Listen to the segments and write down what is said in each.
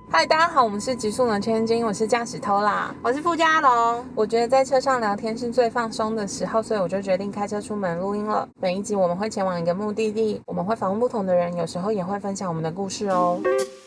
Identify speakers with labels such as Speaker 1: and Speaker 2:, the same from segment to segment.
Speaker 1: 嗨，大家好，我们是极速的千金，我是驾驶偷啦，
Speaker 2: 我是傅家龙。
Speaker 1: 我觉得在车上聊天是最放松的时候，所以我就决定开车出门录音了。每一集我们会前往一个目的地，我们会访问不同的人，有时候也会分享我们的故事哦。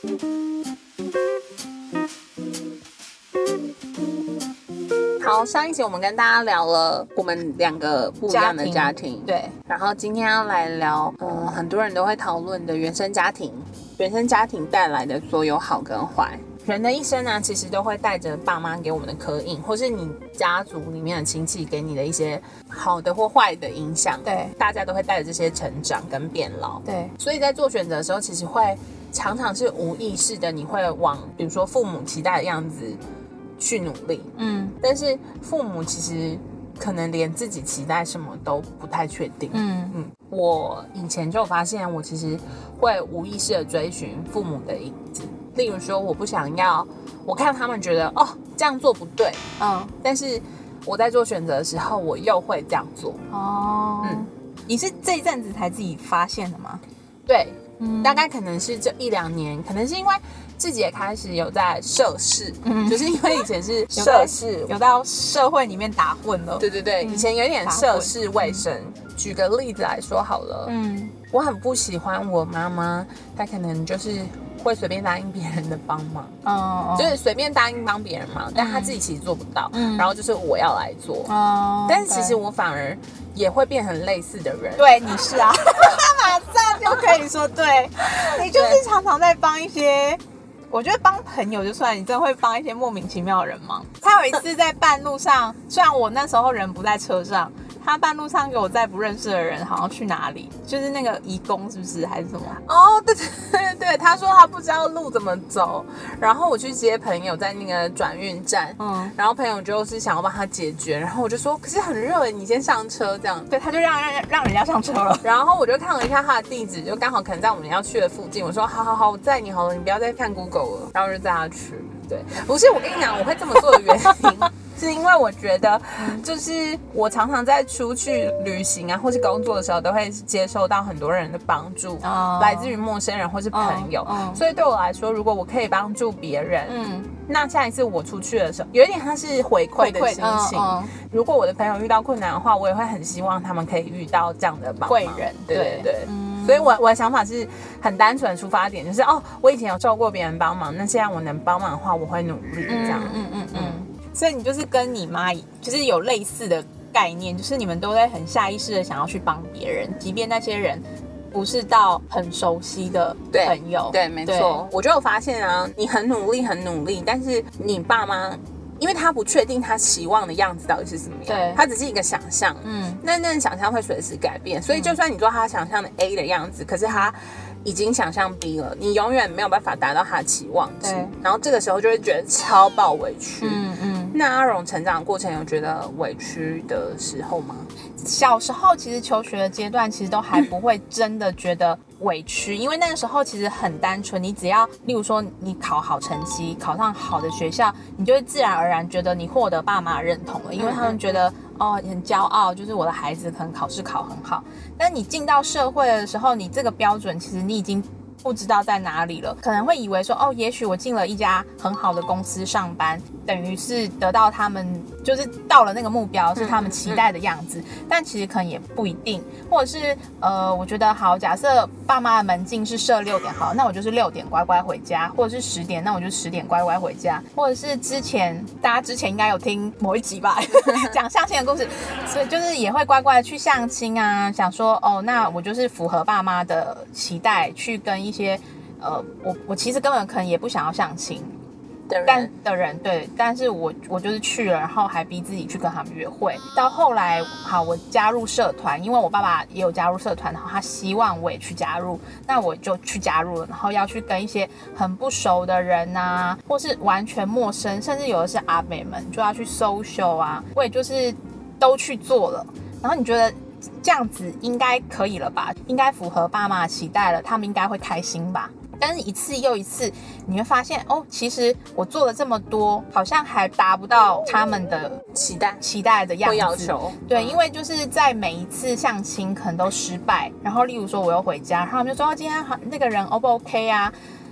Speaker 1: 好，上一集我们跟大家聊了我们两个不一样的家庭，
Speaker 2: 对。
Speaker 1: 然后今天要来聊，很多人都会讨论的原生家庭，原生家庭带来的所有好跟坏。人的一生呢，其实都会带着爸妈给我们的刻印，或是你家族里面的亲戚给你的一些好的或坏的影响。
Speaker 2: 对，
Speaker 1: 大家都会带着这些成长跟变老。
Speaker 2: 对，
Speaker 1: 所以在做选择的时候，其实会常常是无意识的，你会往比如说父母期待的样子去努力。但是父母其实可能连自己期待什么都不太确定。我以前就发现，我其实会无意识的追寻父母的影子。例如说，我不想要，我看他们觉得这样做不对，但是我在做选择的时候，我又会这样做。
Speaker 2: 你是这一阵子才自己发现的吗？
Speaker 1: 对，大概可能是这一两年，可能是因为自己也开始有在涉世，就是因为以前是涉世，
Speaker 2: 有到社会里面打混了。
Speaker 1: 对对对，以前有点涉世未深。举个例子来说好了，我很不喜欢我妈妈，她可能就是会随便答应别人的帮忙，就是随便答应帮别人忙，但她自己其实做不到，然后就是我要来做，但是其实我反而也会变成类似的人。
Speaker 2: 对，你是啊，马上就可以说对，你就是常常在帮一些。我觉得帮朋友就算，你真的会帮一些莫名其妙的人忙。他有一次在半路上，虽然我那时候人不在车上，他半路上给我载不认识的人，好像去哪里，就是那个移工是不是还是什么？
Speaker 1: 对对对对，他说他不知道路怎么走，然后我去接朋友在那个转运站，然后朋友就是想要帮他解决，然后我就说可是很热，你先上车这样。
Speaker 2: 对，他就让人家上车了。
Speaker 1: 然后我就看了一下他的地址，就刚好可能在我们要去的附近，我说好，我载你好了，你不要再看 Google 了，然后我就载他去。对，不是我跟你讲，我会这么做的原因。是因为我觉得，就是我常常在出去旅行啊，或是工作的时候，都会接受到很多人的帮助，来自于陌生人或是朋友。所以对我来说，如果我可以帮助别人，那下一次我出去的时候，有一点它是回馈的心情。如果我的朋友遇到困难的话，我也会很希望他们可以遇到这样的帮忙
Speaker 2: 贵人。
Speaker 1: 对。所以我的想法是很单纯的出发点，就是我以前有受过别人帮忙，那现在我能帮忙的话，我会努力这样。
Speaker 2: 所以你就是跟你妈就是有类似的概念，就是你们都会很下意识的想要去帮别人，即便那些人不是到很熟悉的朋友。
Speaker 1: 对，没错。我就有发现啊，你很努力，但是你爸妈，因为他不确定他期望的样子到底是什么样，他只是一个想象，那想象会随时改变，所以就算你做他想象的 A 的样子，可是他已经想象 B 了，你永远没有办法达到他的期望值，然后这个时候就会觉得超爆委屈。那阿荣成长过程有觉得委屈的时候吗？
Speaker 2: 小时候其实求学的阶段，其实都还不会真的觉得委屈，因为那个时候其实很单纯，你只要例如说你考好成绩，考上好的学校，你就会自然而然觉得你获得爸妈的认同了，因为他们觉得很骄傲，就是我的孩子可能考试考很好。但你进到社会的时候，你这个标准其实你已经不知道在哪里了，可能会以为说也许我进了一家很好的公司上班，等于是得到他们就是到了那个目标是他们期待的样子，但其实可能也不一定，或者是我觉得好，假设爸妈的门禁是设6点，好，那我就是6点乖乖回家，或者是10点，那我就10点乖乖回家，或者是大家之前应该有听某一集吧，讲相亲的故事，所以就是也会乖乖去相亲啊，想说那我就是符合爸妈的期待去跟一些我其实根本可能也不想要相亲的人，对，但是我就是去了，然后还逼自己去跟他们约会。到后来，好，我加入社团，因为我爸爸也有加入社团，然后他希望我也去加入，那我就去加入了，然后要去跟一些很不熟的人啊，或是完全陌生，甚至有的是阿伯们，就要去 social 啊，我也就是都去做了。然后你觉得这样子应该可以了吧？应该符合爸妈的期待了，他们应该会开心吧？但是一次又一次，你会发现其实我做了这么多，好像还达不到他们的期待的样子，
Speaker 1: 要求。
Speaker 2: 对，因为就是在每一次相亲可能都失败，然后例如说我又回家，然后他们就说今天那个人 O 不 OK 啊？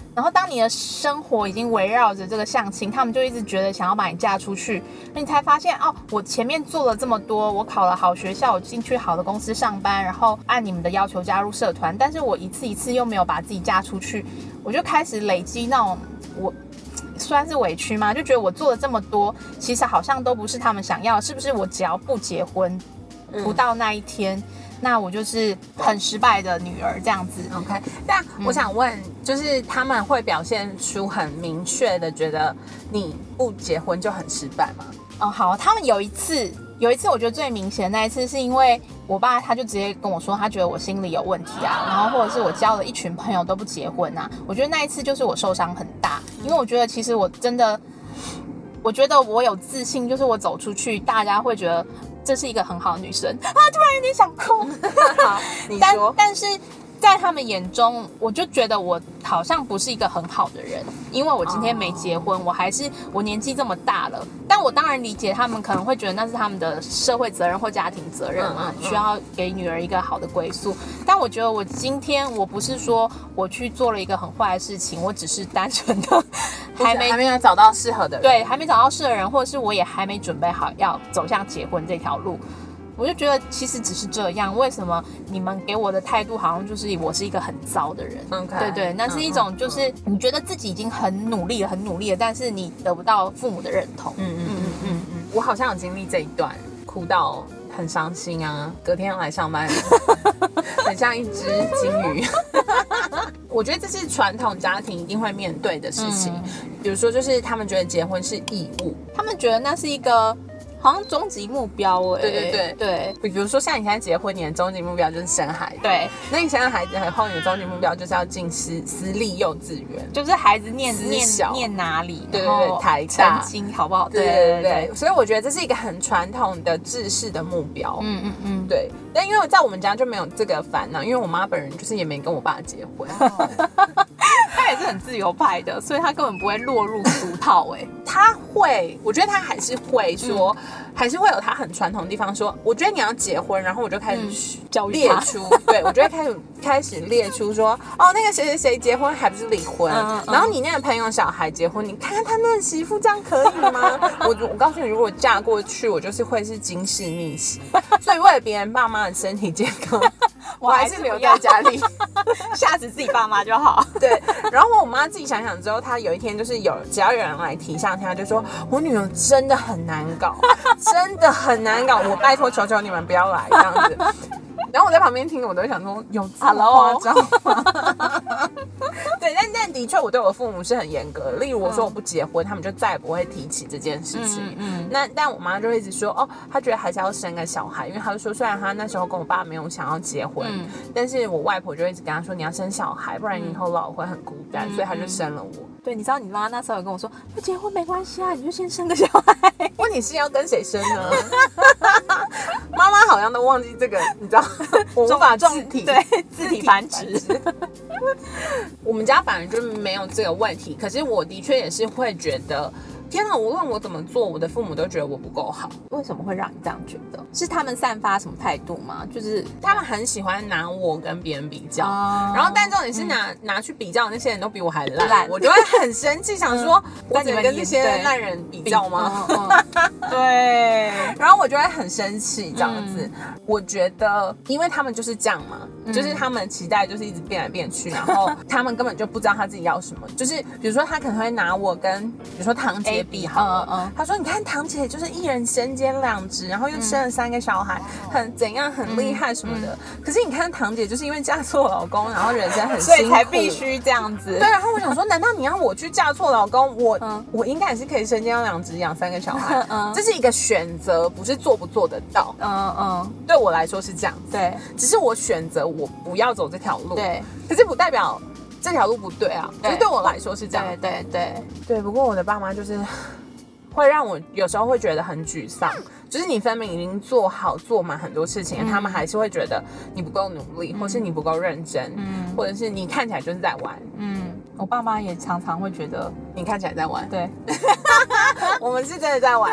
Speaker 2: 然后当你的生活已经围绕着这个相亲，他们就一直觉得想要把你嫁出去，那你才发现哦，我前面做了这么多，我考了好学校，我进去好的公司上班，然后按你们的要求加入社团，但是我一次一次又没有把自己嫁出去，我就开始累积那种我算是委屈吗？就觉得我做了这么多，其实好像都不是他们想要的，是不是我只要不结婚，不到那一天，那我就是很失败的女儿这样子。
Speaker 1: OK， 但我想问，就是他们会表现出很明确的觉得你不结婚就很失败吗？
Speaker 2: 哦，好，他们有一次我觉得最明显的那一次，是因为我爸他就直接跟我说，他觉得我心理有问题啊，然后或者是我交了一群朋友都不结婚啊。我觉得那一次就是我受伤很大，因为我觉得其实我真的，我觉得我有自信，就是我走出去，大家会觉得这是一个很好的女生啊，突然有点想哭。
Speaker 1: 好，你说，
Speaker 2: 但是在他们眼中，我就觉得我好像不是一个很好的人，因为我今天没结婚，我年纪这么大了。但我当然理解他们可能会觉得那是他们的社会责任或家庭责任嘛，需要给女儿一个好的归宿。但我觉得我今天我不是说我去做了一个很坏的事情，我只是单纯的还没
Speaker 1: 有找到适合的人，
Speaker 2: 对，还没找到适合的人，或者是我也还没准备好要走向结婚这条路。我就觉得其实只是这样，为什么你们给我的态度好像就是我是一个很糟的人？
Speaker 1: Okay，
Speaker 2: 对对，那是一种就是你觉得自己已经很努力了，但是你得不到父母的认同。
Speaker 1: 我好像有经历这一段，哭到很伤心啊，隔天要来上班，很像一只金鱼。我觉得这是传统家庭一定会面对的事情，比如说就是他们觉得结婚是义务，
Speaker 2: 他们觉得那是一个好像终极目标对，
Speaker 1: 比如说像你现在结婚，你的终极目标就是生孩子，
Speaker 2: 对，
Speaker 1: 那你生了孩子以后，你的终极目标就是要进私立幼稚园，
Speaker 2: 就是孩子念哪里，
Speaker 1: 对对对，台大
Speaker 2: 成绩好不好？
Speaker 1: 对，所以我觉得这是一个很传统的制式的目标，对。但因为在我们家就没有这个烦恼，因为我妈本人就是也没跟我爸结婚，
Speaker 2: 他也是很自由派的，所以他根本不会落入俗套。
Speaker 1: 他会，我觉得他还是会说，还是会有他很传统的地方说，我觉得你要结婚，然后我就开始列出，对，我就会开始列出说，哦，那个谁谁谁结婚还不是离婚，然后你那个朋友小孩结婚，你看看他那个媳妇这样可以吗？我告诉你，如果嫁过去，我就是会是惊世逆袭，所以为了别人爸妈的身体健康，我还是留在家里，
Speaker 2: 吓死自己爸妈就好。
Speaker 1: 对，然后我妈自己想想之后，她有一天就是只要有人来提上天，她就说我女儿真的很难搞，真的很难搞，我拜托求求你们不要来这样子。然后我在旁边听，我都会想说，有这么夸张吗？对，但的确，我对我父母是很严格的。例如，我说我不结婚，他们就再也不会提起这件事情。但我妈就一直说，哦，她觉得还是要生个小孩，因为她就说，虽然她那时候跟我爸没有想要结婚，但是我外婆就一直跟她说，你要生小孩，不然你以后老会很孤单，所以她就生了我。
Speaker 2: 对，你知道你妈那时候有跟我说，不结婚没关系啊，你就先生个小孩。
Speaker 1: 问题是要跟谁生呢？妈妈好像都忘记这个，你知道，我无法字体，
Speaker 2: 对，字体繁殖。
Speaker 1: 我们家反而就没有这个问题，可是我的确也是会觉得，天哪！无论我怎么做，我的父母都觉得我不够好。
Speaker 2: 为什么会让你这样觉得？是他们散发什么态度吗？就是
Speaker 1: 他们很喜欢拿我跟别人比较，然后但重点是拿去比较的那些人都比我还烂，我就会很生气，想说，我只能跟这些烂人比较吗？
Speaker 2: 对，
Speaker 1: 然后我就会很生气这样子。我觉得，因为他们就是这样嘛，就是他们期待就是一直变来变去，然后他们根本就不知道他自己要什么。就是比如说，他可能会拿我跟比如说堂姐比好了，他说：“你看堂姐就是一人身兼2职，然后又生了3个小孩，很怎样很厉害什么的。可是你看堂姐就是因为嫁错老公，然后人生很辛苦，
Speaker 2: 所以才必须这样子。
Speaker 1: 对，然后我想说，难道你要我去嫁错老公？我应该也是可以身兼2职养3个小孩，这是一个选择，不是做不做得到。对我来说是这样子。
Speaker 2: 对，
Speaker 1: 只是我选择我不要走这条路。
Speaker 2: 对，
Speaker 1: 可是不代表这条路不对啊。就对我来说是这样。
Speaker 2: 对。
Speaker 1: 不过我的爸妈就是会让我有时候会觉得很沮丧， 就是你分明已经做满很多事情，他们还是会觉得你不够努力，或是你不够认真，或者是你看起来就是在玩。
Speaker 2: 我爸妈也常常会觉得
Speaker 1: 你看起来在玩。
Speaker 2: 对，
Speaker 1: 我们是真的在玩。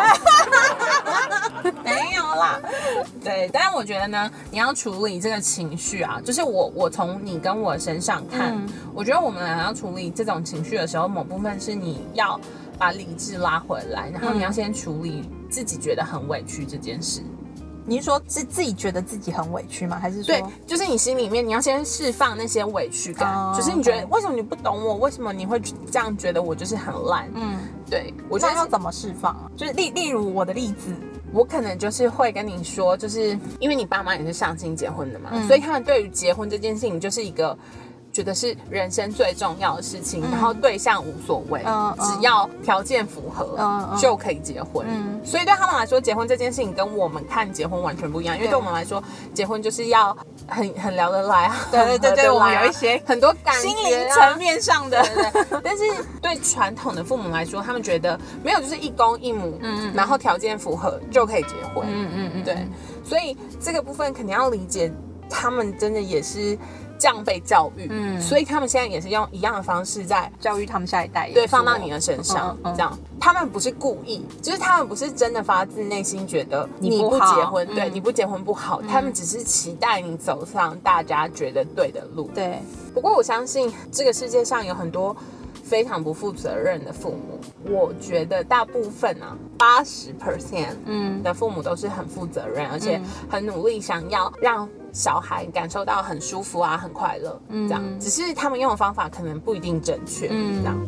Speaker 1: 没有啦。对，但是我觉得呢，你要处理这个情绪啊，就是我从你跟我身上看，我觉得我们俩要处理这种情绪的时候，某部分是你要把理智拉回来，然后你要先处理自己觉得很委屈这件事。
Speaker 2: 你是说是自己觉得自己很委屈吗？还是说
Speaker 1: 对，就是你心里面你要先释放那些委屈感，就是你觉得为什么你不懂我，为什么你会这样觉得我就是很烂？对，我觉得
Speaker 2: 要怎么释放啊？就是例如我的例子，
Speaker 1: 我可能就是会跟你说，就是因为你爸妈也是相亲结婚的嘛，所以他们对于结婚这件事情就是一个觉得是人生最重要的事情，然后对象无所谓，只要条件符合就可以结婚。所以对他们来说，结婚这件事情跟我们看结婚完全不一样，因为对我们来说，结婚就是要很聊得来啊，
Speaker 2: 对，我们有一些
Speaker 1: 很多感觉、
Speaker 2: 心灵层面上的，
Speaker 1: 对。但是对传统的父母来说，他们觉得没有就是一公一母，然后条件符合就可以结婚，对。所以这个部分肯定要理解，他们真的也是这样被教育，所以他们现在也是用一样的方式在
Speaker 2: 教育他们下一代，
Speaker 1: 对，放到你的身上，这样。他们不是故意，就是他们不是真的发自内心觉得你不结婚，对，你不结婚不好，他们只是期待你走上大家觉得对的路。
Speaker 2: 对，
Speaker 1: 不过我相信这个世界上有很多非常不负责任的父母，我觉得大部分啊，80%的父母都是很负责任，而且很努力，想要让小孩感受到很舒服啊，很快乐，这样。只是他们用的方法可能不一定正确，这样。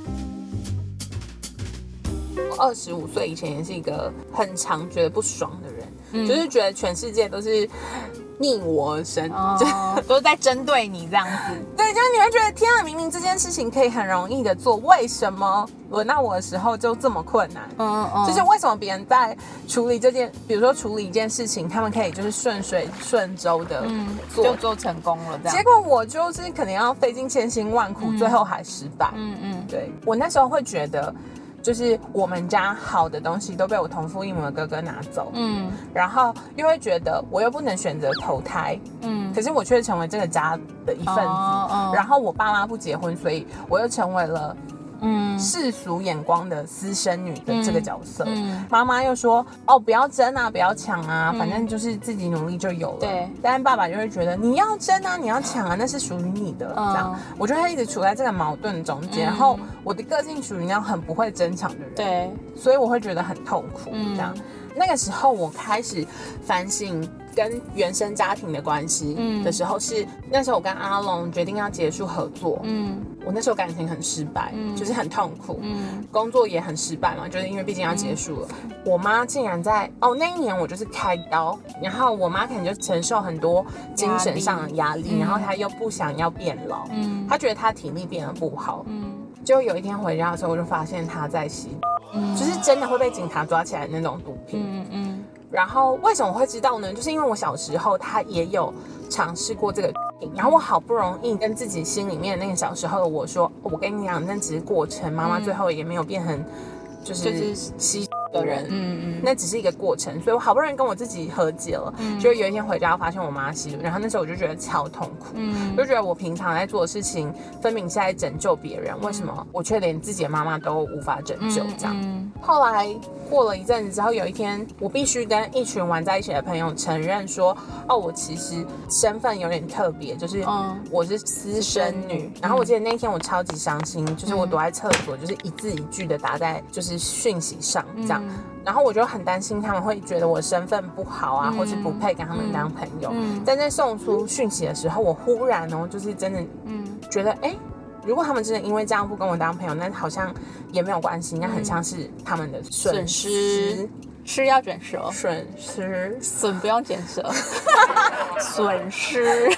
Speaker 1: 我25岁以前也是一个很常觉得不爽的人，就是觉得全世界都是逆我而生，
Speaker 2: 都是在针对你这样子。
Speaker 1: 对，就是你会觉得天啊，明明这件事情可以很容易的做，为什么轮到我的时候就这么困难？就是为什么别人在处理比如说处理一件事情，他们可以就是顺水顺舟的
Speaker 2: 就做成功了这样。
Speaker 1: 结果我就是可能要费尽千辛万苦，最后还失败。对，我那时候会觉得，就是我们家好的东西都被我同父异母的哥哥拿走，然后又会觉得我又不能选择投胎，可是我却成为这个家的一份子，然后我爸妈不结婚，所以我又成为了世俗眼光的私生女的这个角色。妈妈又说不要争啊，不要抢啊，反正就是自己努力就有了。
Speaker 2: 对，
Speaker 1: 但是爸爸就会觉得你要争啊，你要抢啊，那是属于你的，这样我就会一直处在这个矛盾中间。然后我的个性属于那样很不会争抢的人，
Speaker 2: 对，
Speaker 1: 所以我会觉得很痛苦，这样。那个时候我开始反省跟原生家庭的关系的时候，是那时候我跟阿龙决定要结束合作，我那时候感情很失败，就是很痛苦，工作也很失败嘛，就是因为毕竟要结束了。我妈竟然在那一年我就是开刀，然后我妈可能就承受很多精神上的压力，然后她又不想要变老，她觉得她体力变得不好，就有一天回家的时候，我就发现她在吸，就是真的会被警察抓起来的那种毒品。然后为什么会知道呢？就是因为我小时候她也有尝试过这个，然后我好不容易跟自己心里面那个小时候的我说，我跟你讲，那只是过程，妈妈最后也没有变成就是吸的人，那只是一个过程，所以我好不容易跟我自己和解了，就有一天回家发现我妈吸毒，然后那时候我就觉得超痛苦，就觉得我平常在做的事情分明是在拯救别人，为什么我却连自己的妈妈都无法拯救这样。后来过了一阵子之后，有一天我必须跟一群玩在一起的朋友承认说，我其实身份有点特别，就是我是私生女。然后我记得那天我超级伤心，就是我躲在厕所，就是一字一句的打在就是讯息上这样。然后我就很担心他们会觉得我身份不好啊，或是不配跟他们当朋友。但在送出讯息的时候，我忽然就是真的觉得如果他们真的因为这样不跟我当朋友，那好像也没有关系，那很像是他们的损失。
Speaker 2: 吃要卷舌，
Speaker 1: 损
Speaker 2: 不用卷舌，损失，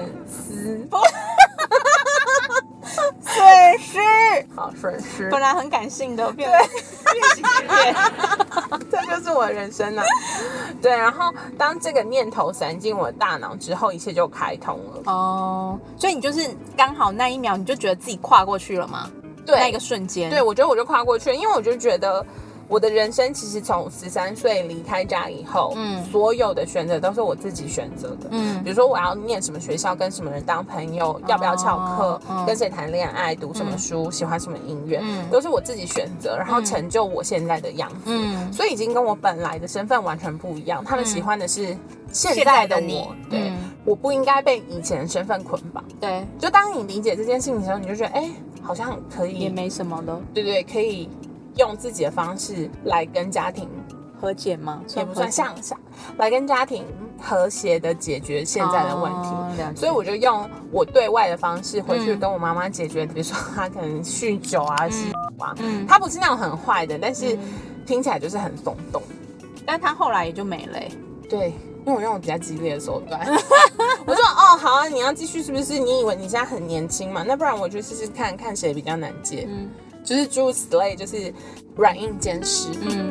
Speaker 1: 好，损失。
Speaker 2: 本来很感性的，变喜剧片，
Speaker 1: 这就是我的人生啊。对，然后当这个念头闪进我的大脑之后，一切就开通了。
Speaker 2: 所以你就是刚好那一秒，你就觉得自己跨过去了吗？
Speaker 1: 对，
Speaker 2: 那一个瞬间。
Speaker 1: 对，我觉得我就跨过去了，因为我就觉得我的人生其实从13岁离开家以后，所有的选择都是我自己选择的。比如说我要念什么学校，跟什么人当朋友，要不要翘课，跟谁谈恋爱，读什么书，喜欢什么音乐，都是我自己选择，然后成就我现在的样子。所以已经跟我本来的身份完全不一样。他们喜欢的是现在的我，对，我不应该被以前的身份捆绑。
Speaker 2: 对，
Speaker 1: 就当你理解这件事情的时候，你就觉得，好像可以，
Speaker 2: 也没什么的。
Speaker 1: 对对，可以用自己的方式来跟家庭
Speaker 2: 和解吗？
Speaker 1: 也不算像来跟家庭和谐的解决现在的问题。所以我就用我对外的方式回去跟我妈妈解决，比如说她可能酗酒啊、吸啊，她不是那种很坏的，但是听起来就是很耸动。
Speaker 2: 但她后来也就没了。
Speaker 1: 对，因为我用比较激烈的手段。我说哦，好啊，你要继续是不是？你以为你现在很年轻嘛？那不然我就试试看看谁比较难戒。就是诸如此类，就是软硬兼施。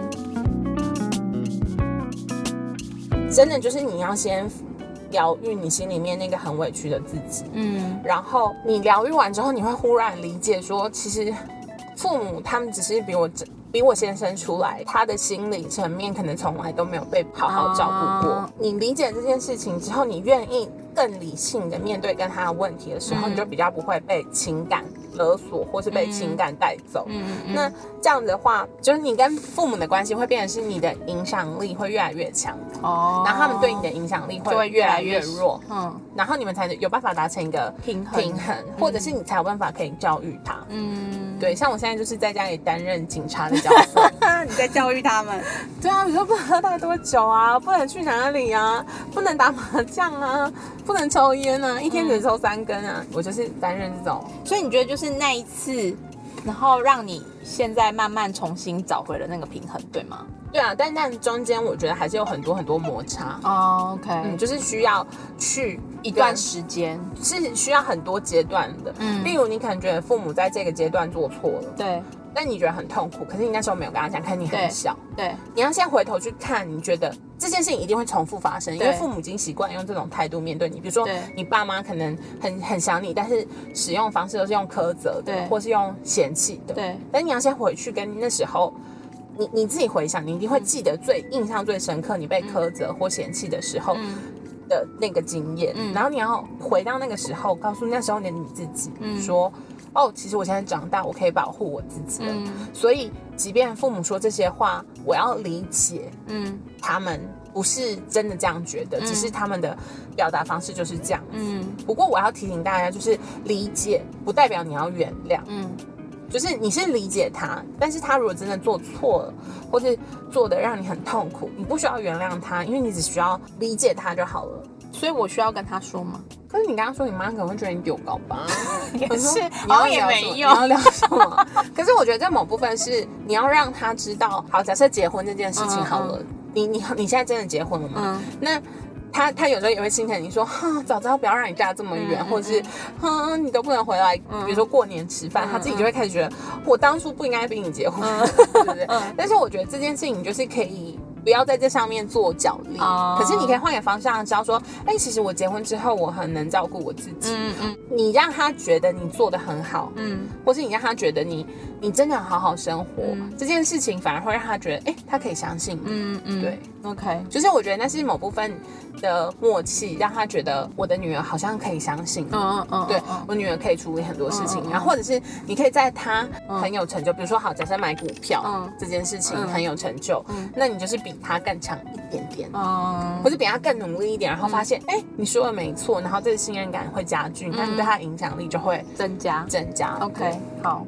Speaker 1: 真的就是你要先疗愈你心里面那个很委屈的自己。然后你疗愈完之后，你会忽然理解说，其实父母他们只是比我先生出来，他的心理层面可能从来都没有被好好照顾过。你理解这件事情之后，你愿意更理性的面对跟他的问题的时候，你就比较不会被情感勒索或是被情感带走。那这样的话，就是你跟父母的关系会变成是你的影响力会越来越强，然后他们对你的影响力会越来越弱。然后你们才有办法达成一个平衡，或者是你才有办法可以教育他。对，像我现在就是在家里担任警察的角色。
Speaker 2: 你在教育他们？
Speaker 1: 对啊，比如说不能喝太多酒啊，不能去哪里啊，不能打麻将啊，不能抽烟啊，一天只抽3根啊。我就是担任这种。
Speaker 2: 所以你觉得就是那一次，然后让你现在慢慢重新找回了那个平衡，对吗？
Speaker 1: 对啊，但中间我觉得还是有很多摩擦。
Speaker 2: OK，
Speaker 1: 就是需要去
Speaker 2: 一段时间，
Speaker 1: 是需要很多阶段的。例如你可能觉得父母在这个阶段做错了，
Speaker 2: 对，
Speaker 1: 但你觉得很痛苦，可是你那时候没有跟他讲，可能你很小，
Speaker 2: 对，
Speaker 1: 你要先回头去看，你觉得这件事情一定会重复发生，因为父母已经习惯用这种态度面对你。比如说你爸妈可能很想你，但是使用方式都是用苛责的，或是用嫌弃的，
Speaker 2: 对。
Speaker 1: 但你要先回去跟那时候。你自己回想，你一定会记得印象最深刻，你被苛责或嫌弃的时候的那个经验。然后你要回到那个时候，告诉那时候的你自己，说，其实我现在长大，我可以保护我自己了。所以，即便父母说这些话，我要理解，他们不是真的这样觉得，只是他们的表达方式就是这样。不过我要提醒大家，就是理解不代表你要原谅。就是你是理解他，但是他如果真的做错了，或是做的让你很痛苦，你不需要原谅他，因为你只需要理解他就好了。
Speaker 2: 所以我需要跟他说吗？
Speaker 1: 可是你刚刚说你妈可能会觉得你丢高吧？
Speaker 2: 也是，
Speaker 1: 也没有。你要聊什么？可是我觉得这某部分是你要让他知道，好，假设结婚这件事情好了，你现在真的结婚了吗？那。他有时候也会心疼你说，早知道不要让你嫁这么远，或者是，你都不能回来，比如说过年吃饭，他自己就会开始觉得，我当初不应该逼你结婚，对不对？但是我觉得这件事情就是可以不要在这上面做角力，可是你可以换个方向，知道说，其实我结婚之后我很能照顾我自己，你让他觉得你做得很好，或是你让他觉得你真的好好生活，这件事情反而会让他觉得，他可以相信你，对
Speaker 2: ，OK，
Speaker 1: 就是我觉得那是某部分的默契，让他觉得我的女儿好像可以相信，对，我女儿可以处理很多事情，然后或者是你可以在她很有成就，比如说好，假设买股票这件事情很有成就，那你就是比她更强一点点，或者比她更努力一点，然后发现，你说的没错，然后这个信任感会加剧，那你对她的影响力就会
Speaker 2: 增加。OK， 好。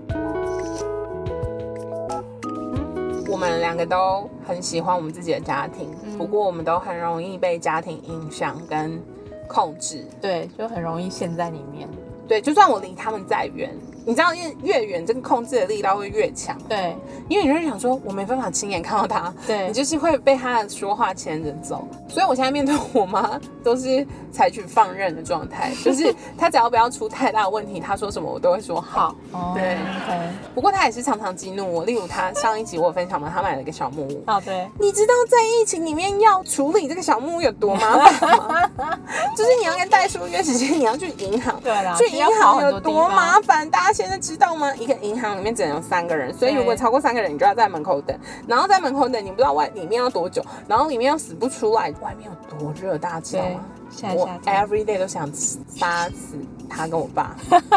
Speaker 1: 我们两个都很喜欢我们自己的家庭，不过我们都很容易被家庭影响跟控制。
Speaker 2: 对，就很容易陷在里面。
Speaker 1: 对，就算我离他们再远，你知道越远，这个控制的力道会越强。
Speaker 2: 对，
Speaker 1: 因为你会想说，我没办法亲眼看到他，
Speaker 2: 对，
Speaker 1: 你就是会被他的说话牵着走。所以我现在面对我妈都是采取放任的状态，就是他只要不要出太大的问题，他说什么我都会说好。对
Speaker 2: ，OK。
Speaker 1: 不过他也是常常激怒我，例如他上一集我有分享嘛，他买了一个小木屋。
Speaker 2: 对。
Speaker 1: 你知道在疫情里面要处理这个小木屋有多麻烦吗？就是你要跟代书约时间，你要去银行，
Speaker 2: 对啦，
Speaker 1: 去银行有多麻烦？大家现在知道吗？一个银行里面只能有3个人，所以如果超过3个人，你就要在门口等。然后在门口等，你不知道里面要多久，然后里面又死不出来，外面有多热，大家知道吗？我 every day 都想杀死他跟我爸。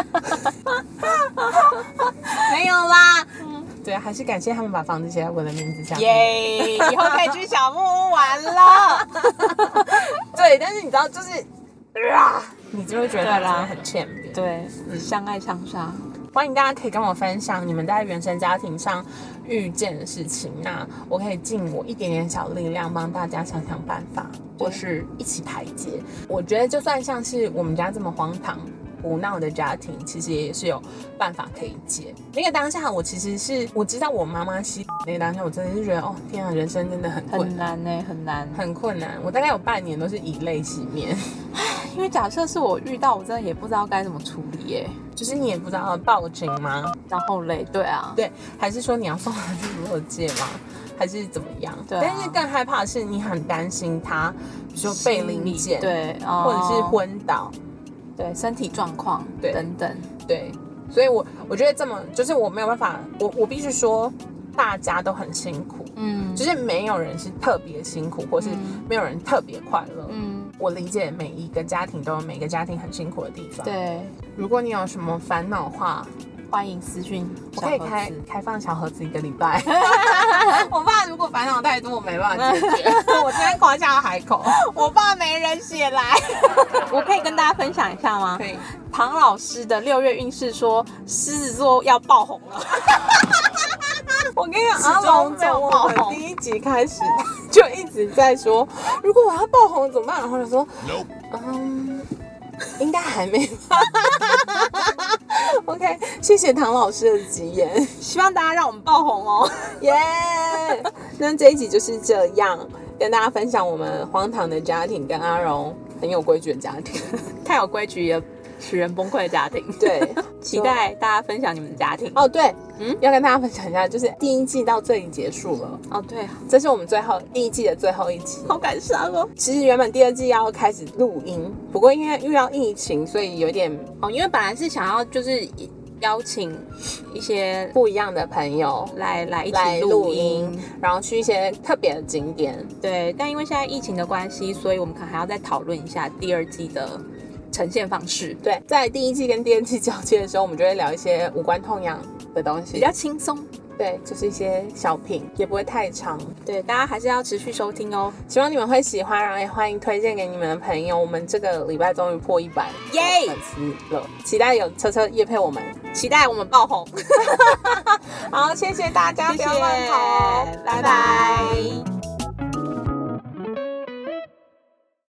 Speaker 1: 没有啦。对，还是感谢他们把房子写在我的名字上。
Speaker 2: 耶！以后可以去小木屋玩了。
Speaker 1: 对，但是你知道，就是你就会觉得他真的很欠扁。
Speaker 2: 对，相爱相杀。
Speaker 1: 欢迎大家可以跟我分享你们在原生家庭上遇见的事情，那我可以尽我一点点小力量帮大家想想办法，或是一起排解。我觉得就算像是我们家这么荒唐胡闹的家庭，其实也是有办法可以解。那个当下，我其实是我知道我妈妈吸那个当下，我真的是觉得哦天啊，人生真的很困难，很困难。我大概有半年都是以泪洗面。
Speaker 2: 因为假设是我遇到，我真的也不知道该怎么处理耶。
Speaker 1: 就是你也不知道报警吗？
Speaker 2: 然后嘞，对啊，
Speaker 1: 对，还是说你要送他去弱界吗？还是怎么样？
Speaker 2: 对、啊，
Speaker 1: 但是更害怕的是你很担心他，比如说被临检，
Speaker 2: 对，
Speaker 1: 或者是昏倒，
Speaker 2: 对，身体状况，对，等等，
Speaker 1: 对。所以我觉得这么就是我没有办法，我必须说大家都很辛苦，就是没有人是特别辛苦，或是没有人特别快乐，我理解每一个家庭都有每个家庭很辛苦的地方。
Speaker 2: 对，
Speaker 1: 如果你有什么烦恼的话，
Speaker 2: 欢迎私讯
Speaker 1: 我可以开放小盒子1个礼拜。我爸如果烦恼太多，我没办法解决。我今天夸下海口，
Speaker 2: 我爸没人写来。我可以跟大家分享一下吗？
Speaker 1: 可以。
Speaker 2: 唐老师的6月运势说，狮子座要爆红了。
Speaker 1: 我跟你讲，阿龙从我们第1集开始就一直在说，如果我要爆红怎么办？然后就说，应该还没吧。OK， 谢谢唐老师的吉言，
Speaker 2: 希望大家让我们爆红哦。
Speaker 1: 耶！那这一集就是这样，跟大家分享我们荒唐的家庭跟阿荣很有规矩的家庭，
Speaker 2: 太有规矩也使人崩溃的家庭。
Speaker 1: 对，
Speaker 2: 期待大家分享你们的家庭。
Speaker 1: 哦，对，要跟大家分享一下，就是第1季到这里结束了。
Speaker 2: 哦，对，
Speaker 1: 这是我们第1季的最后一集，
Speaker 2: 好感伤哦。
Speaker 1: 其实原本第2季要开始录音，不过因为遇到疫情，所以有点
Speaker 2: 因为本来是想要就是邀请一些
Speaker 1: 不一样的朋友
Speaker 2: 来一起录音，
Speaker 1: 然后去一些特别的景点。
Speaker 2: 对，但因为现在疫情的关系，所以我们可能还要再讨论一下第2季的呈现方式。
Speaker 1: 对，在第1季跟第2季交接的时候，我们就会聊一些无关痛痒的东西，
Speaker 2: 比较轻松。
Speaker 1: 对，就是一些小品，也不会太长。
Speaker 2: 对，大家还是要持续收听哦。
Speaker 1: 希望你们会喜欢，然后也欢迎推荐给你们的朋友。我们这个礼拜终于破100粉丝了，期待有车车业配我们，
Speaker 2: 期待我们爆红。
Speaker 1: 好，谢谢大家，
Speaker 2: 谢谢，
Speaker 1: 不要乱跑哦，
Speaker 2: 拜拜。